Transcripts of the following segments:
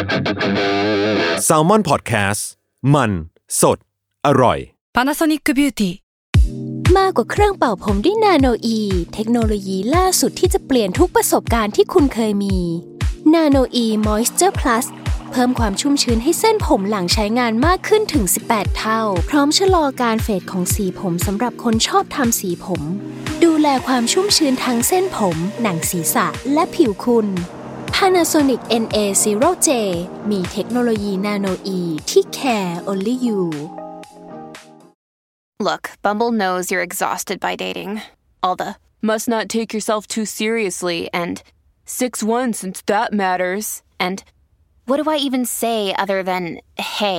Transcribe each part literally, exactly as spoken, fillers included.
Salmon Podcast มันสดอร่อย Panasonic Beauty มากกว่าเครื่องเป่าผมด้วยนาโนอีเทคโนโลยีล่าสุดที่จะเปลี่ยนทุกประสบการณ์ที่คุณเคยมีนาโนอี Moisture Plus เพิ่มความชุ่มชื้นให้เส้นผมหลังใช้งานมากขึ้นถึงสิบแปดเท่าพร้อมชะลอการเฟดของสีผมสำหรับคนชอบทำสีผมดูแลความชุ่มชื้นทั้งเส้นผมหนังศีรษะและผิวคุณ Panasonic เอ็น เอ ศูนย์ เจ มีเทคโนโลยีนาโนอีที่ care only you Look, Bumble knows you're exhausted by dating. All the must not take yourself too seriously and six one since that matters. And what do I even say other than hey?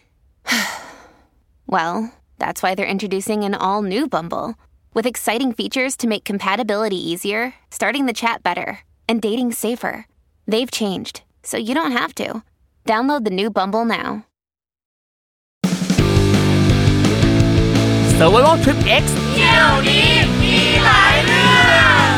Well, that's why they're introducing an all-new Bumble with exciting features to make compatibility easier, starting the chat better, and dating safer. They've changed, so you don't have to. Download the new Bumble now.Survival Trip X เที่ยวนี้มีหลายเรื่อง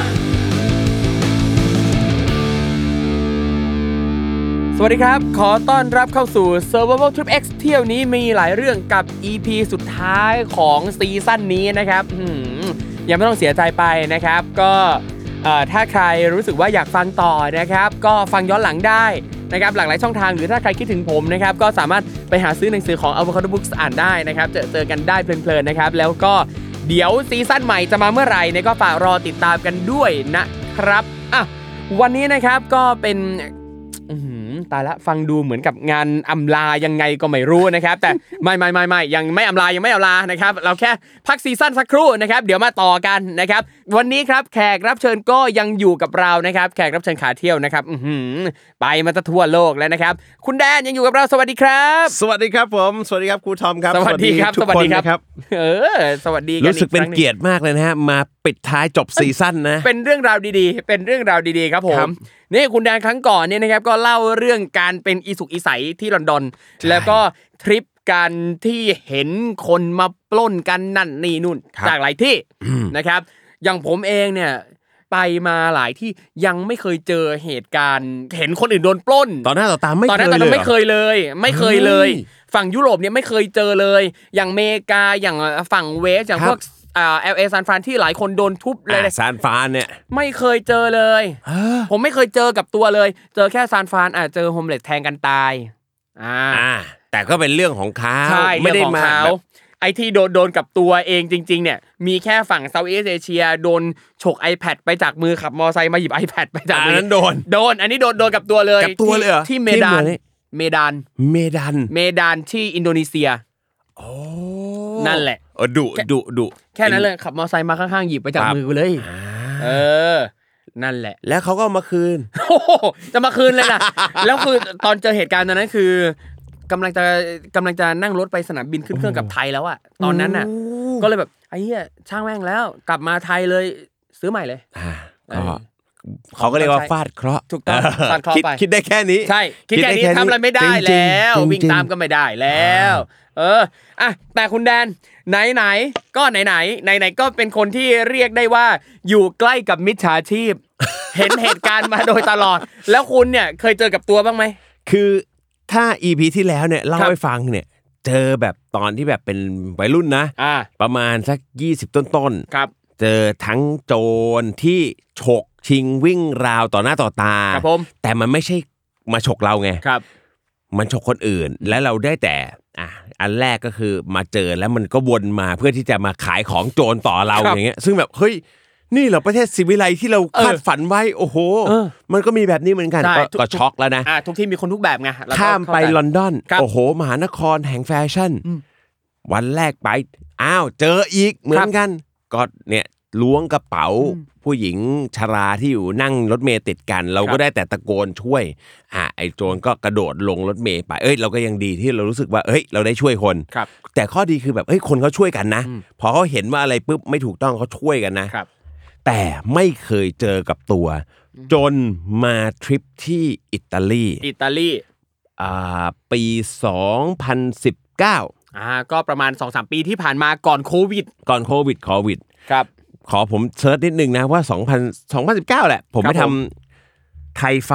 สวัสดีครับขอต้อนรับเข้าสู่ Survival Trip X เที่ยวนี้มีหลายเรื่องกับ อี พี สุดท้ายของซีซั่นนี้นะครับยังไม่ต้องเสียใจไปนะครับก็ถ้าใครรู้สึกว่าอยากฟังต่อนะครับก็ฟังย้อนหลังได้นะครับหลากหลายช่องทางหรือถ้าใครคิดถึงผมนะครับก็สามารถไปหาซื้อหนังสือของ Avocado Books อ่านได้นะครับเจอเจอกันได้เพลินๆนะครับแล้วก็เดี๋ยวซีซั่นใหม่จะมาเมื่อไหร่เนี่ยก็ฝากรอติดตามกันด้วยนะครับอ่ะวันนี้นะครับก็เป็นตายละฟังดูเหมือนกับงานอำลายังไงก็ไม่รู้นะครับแต่ไม่ไม่ไม่ไม่ยังไม่อำลายังไม่อำลานะครับเราแค่พักซีซั่นสักครู่นะครับเดี๋ยวมาต่อกันนะครับวันนี้ครับแขกรับเชิญก็ยังอยู่กับเรานะครับแขกรับเชิญขาเที่ยวนะครับไปมาทั่วโลกแล้วนะครับคุณแดนยังอยู่กับเราสวัสดีครับสวัสดีครับผมสวัสดีครับครูทอมครับสวัสดีครับสวัสดีครับเออสวัสดีกันรู้สึกเป็นเกียรติมากเลยนะฮะมาปิดท้ายจบซีซั่นนะเป็นเรื่องราวดีๆเป็นเรื่องราวดีๆครับผมนี่คุณแดนครั้งก่อนเนี่ยนะครับก็เล่าเรื่องการเป็นอีสุกอีใสที่ลอนดอนแล้วก็ทริปการที่เห็นคนมาปล้นกันนั่นนี่นู่นจากหลายที่นะครับอย่างผมเองเนี่ยไปมาหลายที่ยังไม่เคยเจอเหตุการณ์เห็นคนอื่นโดนปล้นตอนหน้าต่อตาไม่เคยเลยตอนนั้นตอนนั้นไม่เคยเลยไม่เคยเลยฝั่งยุโรปเนี่ยไม่เคยเจอเลยอย่างอเมริกาอย่างฝั่งเวสอย่างพวกอ่า แอล เอ ซานฟรานที่หลายคนโดนทุบเลยซานฟรานเนี่ยไม่เคยเจอเลยผมไม่เคยเจอกับตัวเลยเจอแค่ซานฟรานอ่ะเจอโฮมเลสแทงกันตายอ่าแต่ก็เป็นเรื่องของเขาไม่ได้มาไอ้ที่โดนโดนกับตัวเองจริงๆเนี่ยมีแค่ฝั่งเซาท์อีสต์เอเชียโดนฉก iPad ไปจากมือขับมอไซค์มาหยิบ iPad ไปจากมือนั้นโดนโดนอันนี้โดนโดนกับตัวเลยกับตัวเลยเหรอที่เมดานเมดานเมดานเมดานที่อินโดนีเซียโอ้นั่นแหละเออดุดุดุแค่นั้นเลยขับมอไซค์มาข้างๆหยิบไปจากมือกูเลยเออนั่นแหละแล้วเขาก็มาคืนโอ้จะมาคืนเลยล่ะแล้วคือตอนเจอเหตุการณ์ตอนนั้นคือกำลังจะกำลังจะนั่งรถไปสนามบินขึ้นเครื่องกับไทยแล้วอะตอนนั้นน่ะก็เลยแบบไอ้เหี้ยช่างแม่งแล้วกลับมาไทยเลยซื้อใหม่เลยก็เขาก็เรียกว่าฟาดเคราะห์ถูกต้องฟาดเคราะห์ไปคิดได้แค่นี้ใช่คิดแค่นี้ทำอะไรไม่ได้แล้ววิ่งตามก็ไม่ได้แล้วเอออ่ะแต่คุณแดนไหนๆก็ไหนๆไหนๆก็เป็นคนที่เรียกได้ว่าอยู่ใกล้กับมิจฉาชีพเห็นเหตุการณ์มาโดยตลอดแล้วคุณเนี่ยเคยเจอกับตัวบ้างไหมคือถ้า อี พี ที่แล้วเนี่ยเล่าให้ฟังเนี่ยเจอแบบตอนที่แบบเป็นวัยรุ่นนะประมาณสักยี่สิบต้นๆครับเจอทั้งโจรที่ฉกชิงวิ่งราวต่อหน้าต่อตาแต่มันไม่ใช่มาฉกเราไงมันฉกคนอื่นและเราได้แต่อ่ะอันแรกก็คือมาเจอแล้วมันก็วนมาเพื่อที่จะมาขายของโจรต่อเราอย่างเงี้ยซึ่งแบบเฮ้ยนี่เหรอประเทศศิวิไลที่เราคาดฝันไว้โอ้โหมันก็มีแบบนี้เหมือนกันก็ช็อกแล้วนะทุกที่มีคนทุกแบบไงข้ามไปลอนดอนโอ้โหมหานครแห่งแฟชั่นวันแรกไปอ้าวเจออีกเหมือนกันก็เนี่ยล้วงกระเป๋าผู้หญิงชราที่อยู่นั่งรถเมล์ติดกันเราก็ได้แต่ตะโกนช่วยอ่ะไอ้โจรก็กระโดดลงรถเมล์ไปเอ้ยเราก็ยังดีที่เรารู้สึกว่าเอ้ยเราได้ช่วยคนแต่ข้อดีคือแบบเอ้ยคนเขาช่วยกันนะพอเขาเห็นว่าอะไรปุ๊บไม่ถูกต้องเขาช่วยกันนะแต่ไม่เคยเจอกับตัวจนมาทริปที่อิตาลีอิตาลีอ่าปีสองพันสิบเก้าอ่าก็ประมาณ สองถึงสาม ปีที่ผ่านมาก่อนโควิดก่อนโควิดโควิดครับขอผมเซิร์ชนิดนึงนะว่าสองพัน สองพันสิบเก้าแหละผมไปทำไทยไฟท์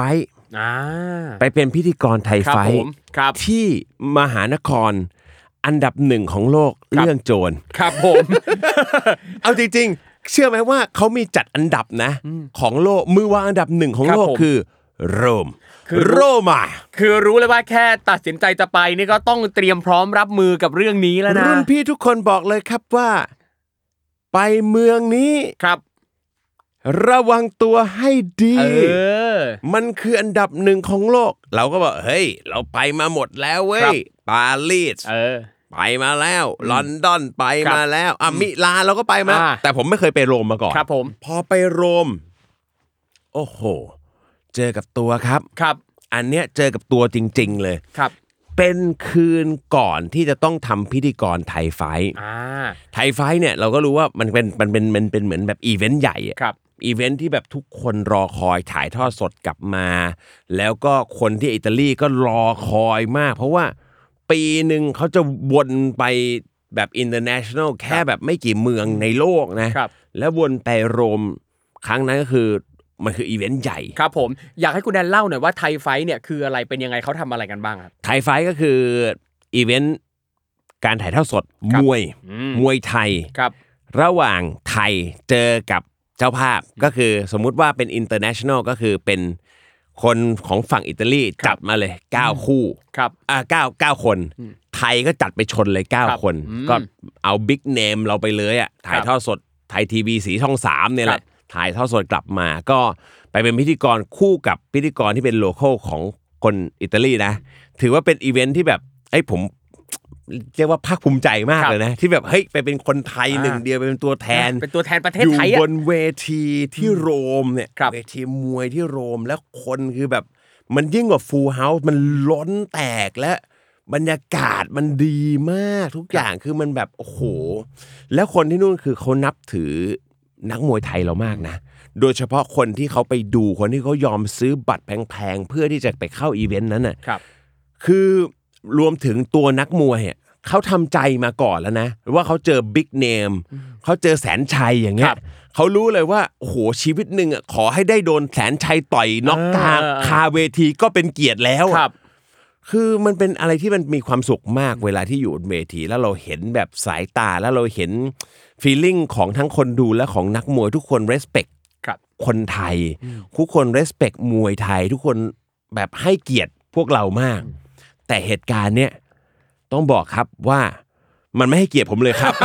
อ่าไปเป็นพิธีกรไทยไฟท์ที่มหานครอันดับหนึ่งของโลกเรื่องโจรครับผมเอาจริงๆเชื่อไหมว่าเขามีจัดอันดับนะของโลกมือวางอันดับหนึ่งของโลกคือโรมคือโรมาคือรู้เลยว่าแค่ตัดสินใจจะไปนี่ก็ต้องเตรียมพร้อมรับมือกับเรื่องนี้แล้วนะรุ่นพี่ทุกคนบอกเลยครับว่าไปเมืองนี้ครับระวังตัวให้ดีเออมันคืออันดับหนึ่งของโลกเราก็บอกเฮ้ยเราไปมาหมดแล้วเว้ยปารีสเออไปมาแล้วลอนดอนไปมาแล้วอ่ะมิลานเราก็ไปมาแต่ผมไม่เคยไปโรมมาก่อนครับผมพอไปโรมโอ้โหเจอกับตัวครับครับอันเนี้ยเจอกับตัวจริงๆเลยครับเป็นคืนก่อนที่จะต้องทำพิธีกรไทยไฟท์ไทยไฟท์เนี่ยเราก็รู้ว่ามันเป็นมันเป็นมันเป็นเหมือนแบบอีเวนต์ใหญ่ครับอีเวนต์ที่แบบทุกคนรอคอยถ่ายทอดสดกลับมาแล้วก็คนที่อิตาลีก็รอคอยมากเพราะว่าปีหนึ่งเขาจะวนไปแบบ international แค่แบบไม่กี่เมืองในโลกนะแล้ววนไปโรมครั้งนั้นก็คือมันคืออีเวนต์ใหญ่ครับผมอยากให้คุณแดนเล่าหน่อยว่าไทยไฟท์เนี่ยคืออะไรเป็นยังไงเขาทำอะไรกันบ้างครับไทยไฟท์ก็คืออีเวนต์การถ่ายทอดสดมวยมวยไทยระหว่างไทยเจอกับเจ้าภาพก็คือสมมุติว่าเป็น international ก็คือเป็นคนของฝั่งอิตาลีจัดมาเลยเก้าคู่ครับอ่าเก้า เก้าคนไทยก็จัดไปชนเลยเก้าคนก็เอาบิ๊กเนมเราไปเลยอ่ะถ่ายทอดสดไทยทีวีสีช่องสามเนี่ยแหละถ่ายทอดสดกลับมาก็ไปเป็นพิธีกรคู่กับพิธีกรที่เป็นโลคอลของคนอิตาลีนะถือว่าเป็นอีเวนท์ที่แบบไอ้ผมเรียกว่าภาคภูมิใจมากเลยนะที่แบบเฮ้ยไปเป็นคนไทยหนึ่งเดียวไปเป็นตัวแทนเป็นตัวแทนประเทศไทยอยู่บนเวทีที่โรมเนี่ยเวทีมวยที่โรมแล้วคนคือแบบมันยิ่งกว่าฟูลเฮาส์มันล้นแตกและบรรยากาศมันดีมากทุกอย่างคือมันแบบโอ้โหแล้วคนที่นู่นคือเขานับถือนักมวยไทยเรามากนะโดยเฉพาะคนที่เขาไปดูคนที่เขายอมซื้อบัตรแพงๆเพื่อที่จะไปเข้าอีเวนต์นั้นน่ะคือรวมถึงตัวนักมวยอ่ะเขาทำใจมาก่อนแล้วนะว่าเขาเจอบิ๊กเนมเขาเจอแสนชัยอย่างเงี้ยเขารู้เลยว่าโอ้โหชีวิตหนึ่งอ่ะขอให้ได้โดนแสนชัยต่อยน็อกกลางคาเวทีก็เป็นเกียรติแล้วคือมันเป็นอะไรที่มันมีความสุขมากเวลาที่อยู่บนเวทีแล้วเราเห็นแบบสายตาแล้วเราเห็นฟีลลิ่งของทั้งคนดูและของนักมวยทุกคน respect คนไทยทุกคน respect มวยไทยทุกคนแบบให้เกียรติพวกเรามากแต่เหตุการณ์เนี้ยต้องบอกครับว่ามันไม่ให้เกียรติผมเลยครับ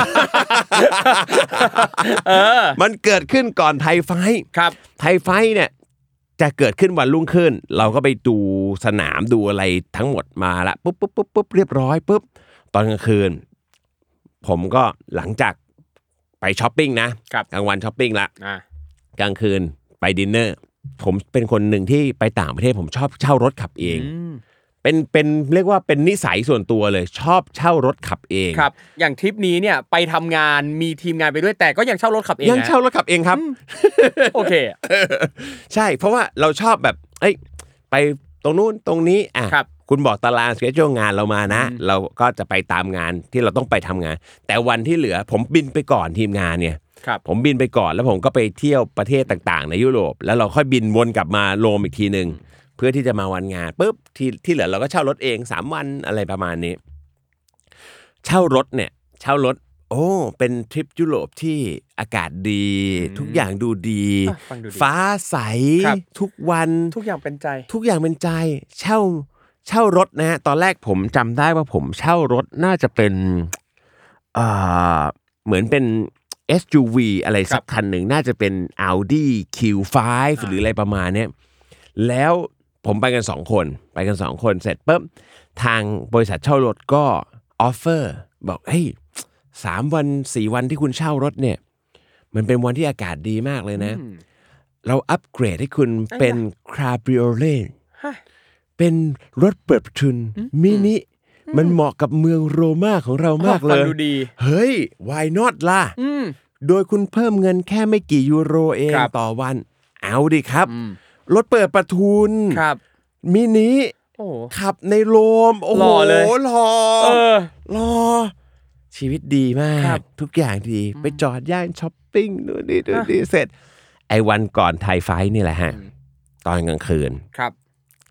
มันเกิดขึ้นก่อนไทยไฟท์ครับไทยไฟท์เนี่ยจะเกิดขึ้นวันรุ่งขึ้นเราก็ไปดูสนามดูอะไรทั้งหมดมาละปุ๊บปุ๊บปุ๊บปุ๊บเรียบร้อยปุ๊บตอนกลางคืนผมก็หลังจากไปช้อปปิ้งนะกลางวันช้อปปิ้งละกลางคืนไปดินเนอร์ผมเป็นคนหนึ่งที่ไปต่างประเทศผมชอบเช่ารถขับเองเป็นเป็นเรียกว่าเป็นนิสัยส่วนตัวเลยชอบเช่ารถขับเองครับอย่างทริปนี้เนี่ยไปทำงานมีทีมงานไปด้วยแต่ก็ยังเช่ารถขับเองยังเช่ารถขับเองครับโอเคใช่เพราะว่าเราชอบแบบเอ้ยไปตรงนู้นตรงนี้อ่ะคุณบอกตารางสเกจจูลงานเรามานะเราก็จะไปตามงานที่เราต้องไปทำงานแต่วันที่เหลือผมบินไปก่อนทีมงานเนี่ยผมบินไปก่อนแล้วผมก็ไปเที่ยวประเทศต่างๆในยุโรปแล้วเราค่อยบินวนกลับมาโรมอีกทีนึงเพื่อที่จะมาวันงานปุ๊บที่ที่เหลือเราก็เช่ารถเองสามวันอะไรประมาณนี้เช่ารถเนี่ยเช่ารถโอ้เป็นทริปยุโรปที่อากาศดีทุกอย่างดูดีฟ้าใสทุกวันทุกอย่างเป็นใจทุกอย่างเป็นใจเช่าเช่ารถนะฮะตอนแรกผมจำได้ว่าผมเช่ารถน่าจะเป็นเอ่อเหมือนเป็น เอส ยู วี อะไรสักคันหนึ่งน่าจะเป็น Audi คิว ไฟว์ หรืออะไรประมาณนี้แล้วผมไปกันสองคนไปกันสองคนเสร็จปุ๊บทางบริษัทเช่ารถก็ออฟเฟอร์บอกเฮ้ยสามวันสี่วันที่คุณเช่ารถเนี่ยมันเป็นวันที่อากาศดีมากเลยนะเราอัปเกรดให้คุณเป็นคาบริโอเล่เป็นรถเปิดประทุนมินิมันเหมาะกับเมืองโรม่าของเรามากเลยเฮ้ย why not ล่ะโดยคุณเพิ่มเงินแค่ไม่กี่ยูโรเองต่อวันเอาดิครับรถเปิดประทุนมินิขับในโรมโอ้โหหล่อหล่อชีวิตดีมากทุกอย่างดีไปจอดย่านช้อปปิ้งดูดิดูดิเสร็จไอ้วันก่อนไทยไฟท์นี่แหละฮะตอนกลางคืน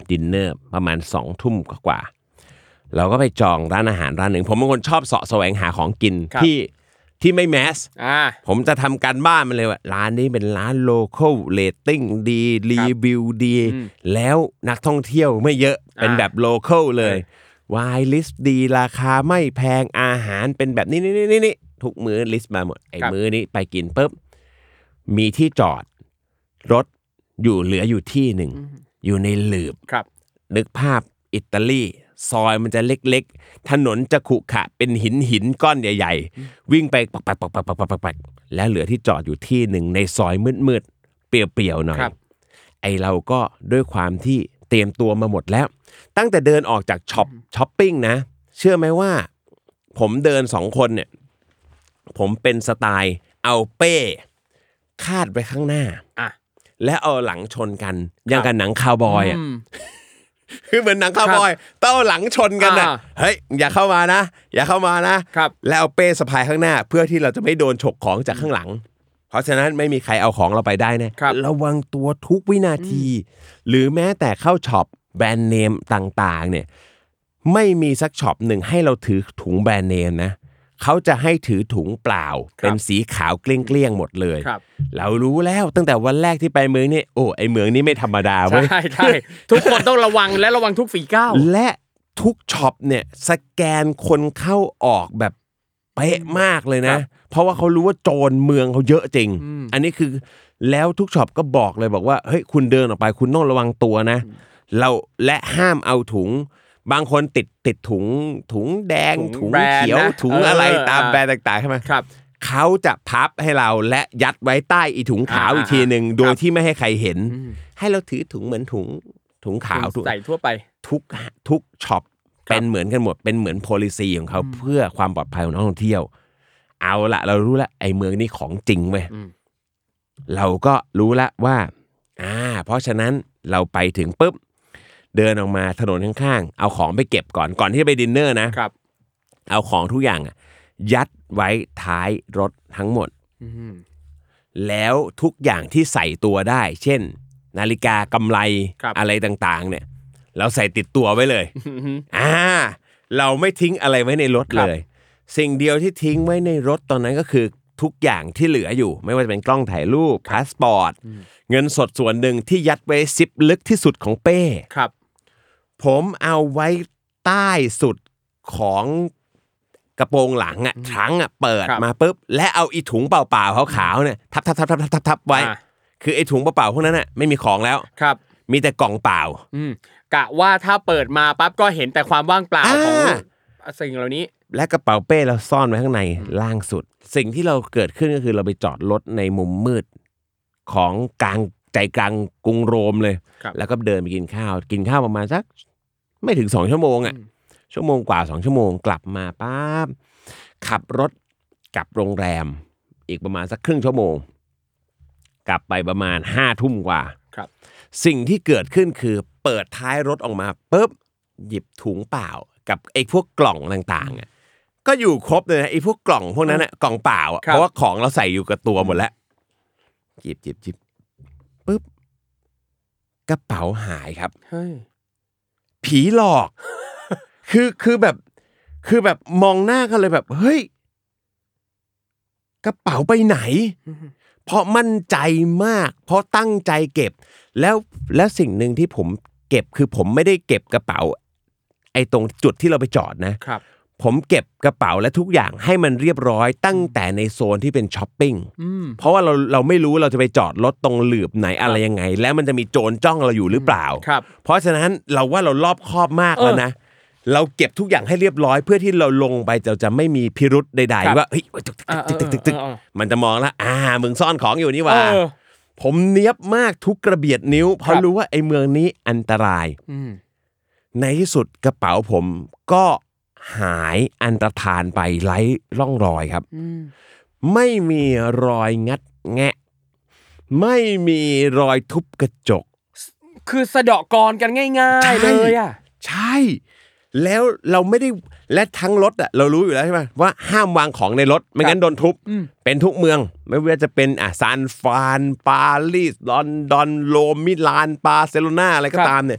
ดินเนอร์ประมาณสองทุ่มกว่าเราก็ไปจองร้านอาหารร้านหนึ่งผมเป็นคนชอบเสาะแสวงหาของกินที่ที่ไม่แมสผมจะทำการบ้านมันเลยว่าร้านนี้เป็นร้านโลคอลเรตติ้งดีรีวิวดีแล้วนักท่องเที่ยวไม่เยอะเป็นแบบโลคอลเลยวายลิสต์ดีราคาไม่แพงอาหารเป็นแบบนี้นี่นี่นี่ทุกมื้อลิสต์มาหมดไอ้มื้อนี้ไปกินปุ๊บมีที่จอดรถอยู่เหลืออยู่ที่หนึ่งอยู่ในหลืบนึกภาพอิตาลีซอยมันจะเล็กๆถนนจะขรุขระเป็นหินหินก้อนใหญ่ๆวิ่งไปปักปักปักปักปักปักปักแล้วเหลือที่จอดอยู่ที่หนึ่งในซอยมืดๆเปลี่ยวๆหน่อยไอเราก็ด้วยความที่เตรียมตัวมาหมดแล้วตั้งแต่เดินออกจากช็อปช้อปปิ้งนะเชื่อไหมว่าผมเดินสองคนเนี่ยผมเป็นสไตล์เอาเป้คาดไว้ข้างหน้าและเอาหลังชนกันอย่างกับหนังคาวบอยอ่ะคือเหมือนหนังคาวบอยต้องเอาหลังชนกันอ่ะเฮ้ยอย่าเข้ามานะอย่าเข้ามานะแล้วเอาเป้สะพายข้างหน้าเพื่อที่เราจะไม่โดนฉกของจากข้างหลังเพราะฉะนั้นไม่มีใครเอาของเราไปได้แน่ระวังตัวทุกวินาทีหรือแม้แต่เข้าช็อปแบรนด์เนมต่างๆเนี่ยไม่มีสักช็อปหนึ่งให้เราถือถุงแบรนด์เนมนะเขาจะให้ถือถุงเปล่าเป็นสีขาวเกลี้ยงๆหมดเลยเรารู้แล้วตั้งแต่วันแรกที่ไปเมืองนี่โอ้ไอเมืองนี้ไม่ธรรมดาเว้ยใช่ใช่ทุกคนต้องระวังและระวังทุกฝีก้าวและทุกช็อปเนี่ยสแกนคนเข้าออกแบบเป๊ะมากเลยนะเพราะว่าเขารู้ว่าโจรเมืองเขาเยอะจริงอันนี้คือแล้วทุกช็อปก็บอกเลยบอกว่าเฮ้ยคุณเดินออกไปคุณต้องระวังตัวนะเราและห้ามเอาถุงบางคนติดติดถุงถุงแดงถุงเขียวถุงอะไรตามแบรนด์ต่างๆใช่ไหมครับเขาจะพับให้เราและยัดไว้ใต้อีถุงขาวอีกทีหนึ่งโดยที่ไม่ให้ใครเห็นให้เราถือถุงเหมือนถุงถุงขาวใส่ทั่วไปทุกทุกช็อปเป็นเหมือนกันหมดเป็นเหมือน policy ของเขาเพื่อความปลอดภัยของนักท่องเที่ยวเอาละเรารู้ละไอ้เมืองนี้ของจริงเว้ยเราก็รู้ละว่าอ่าเพราะฉะนั้นเราไปถึงปุ๊บเดินออกมาถนนข้างๆเอาของไปเก็บก่อนก่อนที่จะไปดินเนอร์นะครับเอาของทุกอย่างอ่ะยัดไว้ท้ายรถทั้งหมดแล้วทุกอย่างที่ใส่ตัวได้เช่นนาฬิกากำไลอะไรต่างๆเนี่ยเราใส่ติดตัวไว้เลยอ่าเราไม่ทิ้งอะไรไว้ในรถเลยสิ่งเดียวที่ทิ้งไว้ในรถตอนนั้นก็คือทุกอย่างที่เหลืออยู่ไม่ว่าจะเป็นกล้องถ่ายรูปพาสปอร์ตเงินสดส่วนหนึ่งที่ยัดไว้ซิปลึกที่สุดของเป้ครับผมเอาไว้ใต้สุดของกระโปรงหลังอ่ะทั้งอ่ะเปิดมาปุ๊บและเอาอีถุงเปล่าๆขาวๆเนี่ยทับๆๆๆๆไว้คือไอ้ถุงเปล่าๆพวกนั้นน่ะไม่มีของแล้วครับมีแต่กล่องเปล่าอืมกะว่าถ้าเปิดมาปั๊บก็เห็นแต่ความว่างเปล่าของสิ่งเหล่านี้และกระเป๋าเป้เราซ่อนไว้ข้างในล่างสุดสิ่งที่เราเกิดขึ้นก็คือเราไปจอดรถในมุมมืดของกลางใจกลางกรุงโรมเลยแล้วก็เดินไปกินข้าวกินข้าวประมาณสักไม่ถึงสองชั่วโมงอ่ะชั่วโมงกว่าสองชั่วโมงกลับมาปั๊บขับรถกลับโรงแรมอีกประมาณสักครึ่งชั่วโมงกลับไปประมาณห้าทุ่มกว่าครับสิ่งที่เกิดขึ้นคือเปิดท้ายรถออกมาปุ๊บหยิบถุงเปล่ากับไอ้พวกกล่องต่างๆอ่ะก็อยู่ครบเลยนะไอ้พวกกล่องพวกนั้นน่ะกล่องเปล่าเพราะว่าของเราใส่อยู่กับตัวหมดแล้วหยิบหยิบหยิบปุ๊บกระเป๋าหายครับเฮ้ยผีหลอกคือคือแบบคือแบบมองหน้ากันเลยแบบเฮ้ยกระเป๋าไปไหนเพราะมั่นใจมากเพราะตั้งใจเก็บแล้วแล้วสิ่งหนึ่งที่ผมเก็บคือผมไม่ได้เก็บกระเป๋าไอ้ตรงจุดที่เราไปจอดนะครับผมเก็บกระเป๋าและทุกอย่างให้มันเรียบร้อยตั้งแต่ในโซนที่เป็นช้อปปิ้งเพราะว่าเราเราไม่รู้เราจะไปจอดรถตรงหลืบไหนอะไรยังไงแล้วมันจะมีโจรจ้องเราอยู่หรือเปล่าเพราะฉะนั้นเราว่าเรารอบคอบมากแล้วนะเราเก็บทุกอย่างให้เรียบร้อยเพื่อที่เราลงไปจะจะไม่มีพิรุธใดๆว่าเฮ้ยตึกๆๆๆมันจะมองแล้วอ่ามึงซ่อนของอยู่นี่ว่าผมเนี๊ยบมากทุกกระเบียดนิ้วเพราะรู้ว่าไอ้เมืองนี้อันตรายในที่สุดกระเป๋าผมก็หายอันตรธานไปไร้ร่องรอยครับไม่มีรอยงัดแงะไม่มีรอยทุบกระจกคือสะเดาะกรกันง่ายๆเลยอ่ะใช่แล้วเราไม่ได้และทั้งรถอ่ะเรารู้อยู่แล้วใช่ไหมว่าห้ามวางของในรถไม่งั้นโดนทุบเป็นทุกเมืองไม่ว่าจะเป็นอ่ะซานฟรานปารีสลอนดอนโรมมิลานบาร์เซโลนาอะไรก็ตามเนี่ย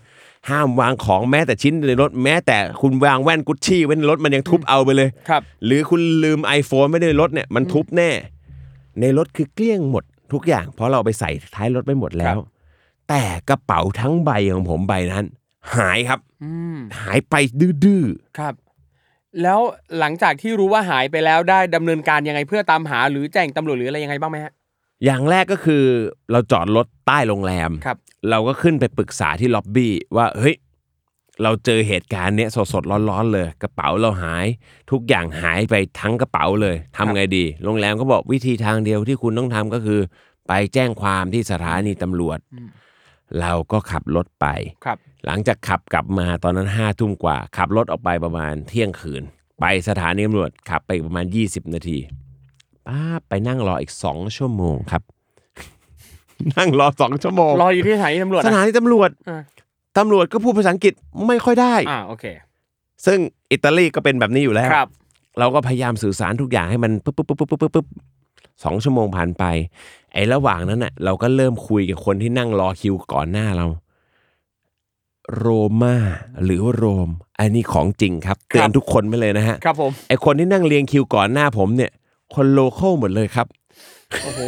ห้ามวางของแม้แต่ชิ้นในรถแม้แต่คุณวางแว่นกุชชี่ไว้ในรถมันยังทุบเอาไปเลยครับหรือคุณลืม iPhone ไว้ในรถเนี่ยมันทุบแน่ในรถคือเกลี้ยงหมดทุกอย่างเพราะเราไปใส่ท้ายรถไปหมดแล้วแต่กระเป๋าทั้งใบของผมใบนั้นหายครับหายไปดื้อๆครับแล้วหลังจากที่รู้ว่าหายไปแล้วได้ดำเนินการยังไงเพื่อตามหาหรือแจ้งตำรวจหรืออะไรยังไงบ้างไหมฮะอย่างแรกก็คือเราจอดรถใต้โรงแรมเราก็ขึ้นไปปรึกษาที่ล็อบบี้ว่าเฮ้ยเราเจอเหตุการณ์เนี้ยสดๆร้อนๆเลยกระเป๋าเราหายทุกอย่างหายไปทั้งกระเป๋าเลยทำไงดีโรงแรมก็บอกวิธีทางเดียวที่คุณต้องทำก็คือไปแจ้งความที่สถานีตำรวจเราก็ขับรถไปหลังจากขับกลับมาตอนนั้นห้าทุ่มกว่าขับรถออกไปประมาณเที่ยงคืนไปสถานีตำรวจขับไปประมาณยี่สิบนาทีป้าไปนั่งรออีกสองชั่วโมงครับนั่งรอสองชั่วโมงรออยู่ที่สถานีตำรวจสถานีตำรวจตำรวจก็พูดภาษาอังกฤษไม่ค่อยได้อ่าโอเคซึ่งอิตาลีก็เป็นแบบนี้อยู่แล้วครับเราก็พยายามสื่อสารทุกอย่างให้มันปึ๊บปึ๊บปึ๊บปึ๊บปึ๊บสองชั่วโมงผ่านไปไอ้ระหว่างนั้นน่ะเราก็เริ่มคุยกับคนที่นั่งรอคิวก่อนหน้าเราโรม่าหรือโรมอันนี้ของจริงครับเตือนทุกคนไปเลยนะฮะครับผมไอ้คนที่นั่งเรียงคิวก่อนหน้าผมเนี่ยคนโลคอลหมดเลยครับโอ้โห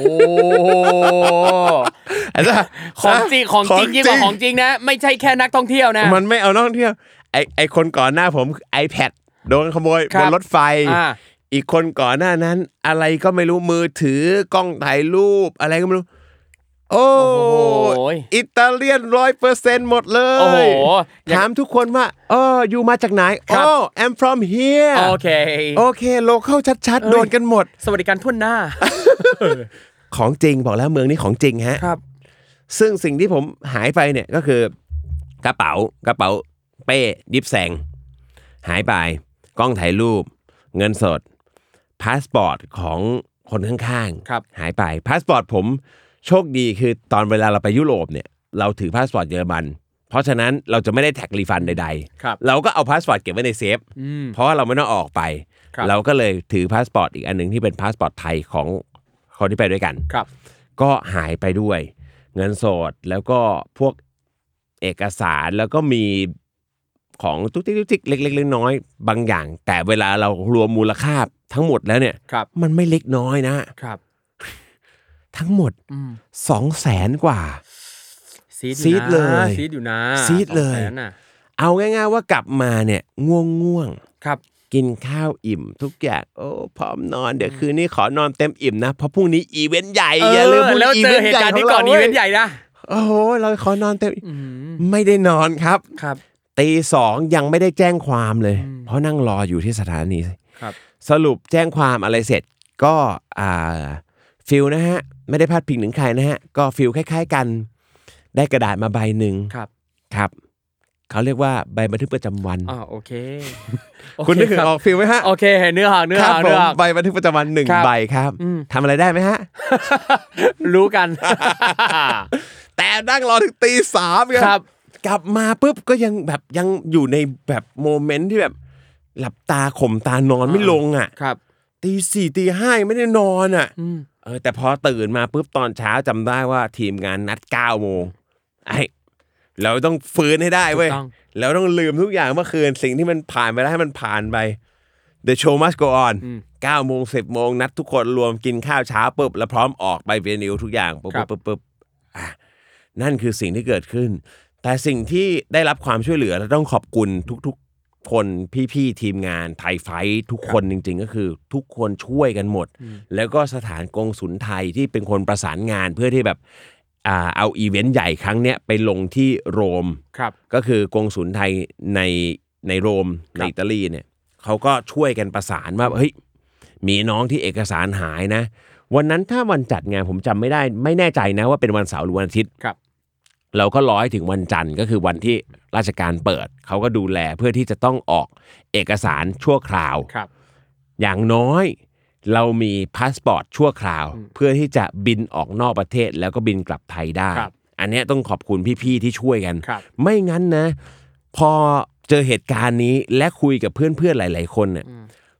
ของจริงของจริงยิ่งกว่าของจริงนะไม่ใช่แค่นักท่องเที่ยวนะมันไม่เอานักท่องเที่ยวไอ้ไอ้คนก่อนหน้าผม iPad โดนขโมยบนรถไฟอีกคนก่อนหน้านั้นอะไรก็ไม่รู้มือถือกล้องถ่ายรูปอะไรก็ไม่รู้โอ้อิตาเลียน ร้อยเปอร์เซ็นต์ หมดเลยถามทุกคนว่าอ๋ออยู่มาจากไหนอ๋อ I'm from here โอเคโอเคโลเคอลชัดๆโดนกันหมดสวัสดิการทั่วหน้าของจริงบอกแล้วเมืองนี้ของจริงฮะครับซึ่งสิ่งที่ผมหายไปเนี่ยก็คือกระเป๋ากระเป๋าเป้ยิบแซงหายไปกล้องถ่ายรูปเงินสดพาสปอร์ตของคนข้างๆหายไปพาสปอร์ตผมโชคดีคือตอนเวลาเราไปยุโรปเนี่ยเราถือพาสปอร์ตเยอรมันเพราะฉะนั้นเราจะไม่ได้แท็กรีฟันใดๆเราก็เอาพาสปอร์ตเก็บไว้ในเซฟเพราะว่าเราไม่ต้องออกไปเราก็เลยถือพาสปอร์ตอีกอันนึงที่เป็นพาสปอร์ตไทยของคนที่ไปด้วยกันก็หายไปด้วยเงินสดแล้วก็พวกเอกสารแล้วก็มีของตุ๊กติ๊กตุ๊กติ๊กเล็กๆน้อยๆบางอย่างแต่เวลาเรารวมมูลค่าทั้งหมดแล้วเนี่ยมันไม่เล็กน้อยนะครับทั้งหมดสองแสนกว่าซีดเลยซีดอยู่นะซีดเลยเอาง่ายๆว่ากลับมาเนี่ยง่วงง่วงครับกินข้าวอิ่มทุกอย่างโอ้พร้อมนอนเดี๋ยวคืนนี้ขอนอนเต็มอิ่มนะเพราะพรุ่งนี้อีเวนต์ใหญ่อย่าลืมพรุ่งนี้อีเวนต์ใหญ่นี้ก่อนอีเวนต์ใหญ่นะโอ้โหเราขอนอนเต็มไม่ได้นอนครับครับตีสองยังไม่ได้แจ้งความเลยเพราะนั่งรออยู่ที่สถานีครับสรุปแจ้งความอะไรเสร็จก็อ่าฟิลนะฮะไม่ได้พลาดพิงถึงใครนะฮะก็ฟิลคล้ายๆกันได้กระดาษมาใบหนึ่งครับครับเขาเรียกว่าใบบันทึกประจำวันอ๋อโอเคคุณนึกถึงออกฟิลไหมฮะโอเคเนื้อหาเนื้อหาเนื้อหาใบบันทึกประจำวันหนึ่งใบครับทำอะไรได้ไหมฮะรู้กันแต่นั่งรอถึงตีสามครับกลับมาปุ๊บก็ยังแบบยังอยู่ในแบบโมเมนต์ที่แบบหลับตาข่มตานอนไม่ลงอ่ะครับตีสี่ตีห้าไม่ได้นอนอ่ะเออแต่พอตื่นมาปุ๊บตอนเช้าจำได้ว่าทีมงานนัดเก้าโมงไอ้เราต้องฟื้นให้ได้เว้ยแล้วต้องลืมทุกอย่างเมื่อคืนสิ่งที่มันผ่านไปแล้วให้มันผ่านไป The show must go on เก้าโมงสิบโมงนัดทุกคนรวมกินข้าวเช้าปุ๊บแล้วพร้อมออกไปเวนิวทุกอย่างปุ๊บปุ๊บปุ๊บอ่ะนั่นคือสิ่งที่เกิดขึ้นแต่สิ่งที่ได้รับความช่วยเหลือและต้องขอบคุณทุกๆคนพี่ๆทีมงานไทยไฟท์ทุกคนจริงๆก็คือทุกคนช่วยกันหมดแล้วก็สถานกงสุลไทยที่เป็นคนประสานงานเพื่อที่แบบอ่าเอาอีเวนต์ใหญ่ครั้งเนี้ยไปลงที่โรมก็คือกงสุลไทยในในโรมในอิตาลีเนี่ยเขาก็ช่วยกันประสานว่าเฮ้ยมีน้องที่เอกสารหายนะวันนั้นถ้าวันจัดงานผมจำไม่ได้ไม่แน่ใจนะว่าเป็นวันเสาร์หรือวันอาทิตย์เราก็รอให้ถึงวันจันทร์ก็คือวันที่ราชการเปิดเขาก็ดูแลเพื่อที่จะต้องออกเอกสารชั่วคราวอย่างน้อยเรามีพาสปอร์ตชั่วคราวเพื่อที่จะบินออกนอกประเทศแล้วก็บินกลับไทยได้อันนี้ต้องขอบคุณพี่ๆที่ช่วยกันไม่งั้นนะพอเจอเหตุการณ์นี้และคุยกับเพื่อนๆหลายๆคนเนี่ย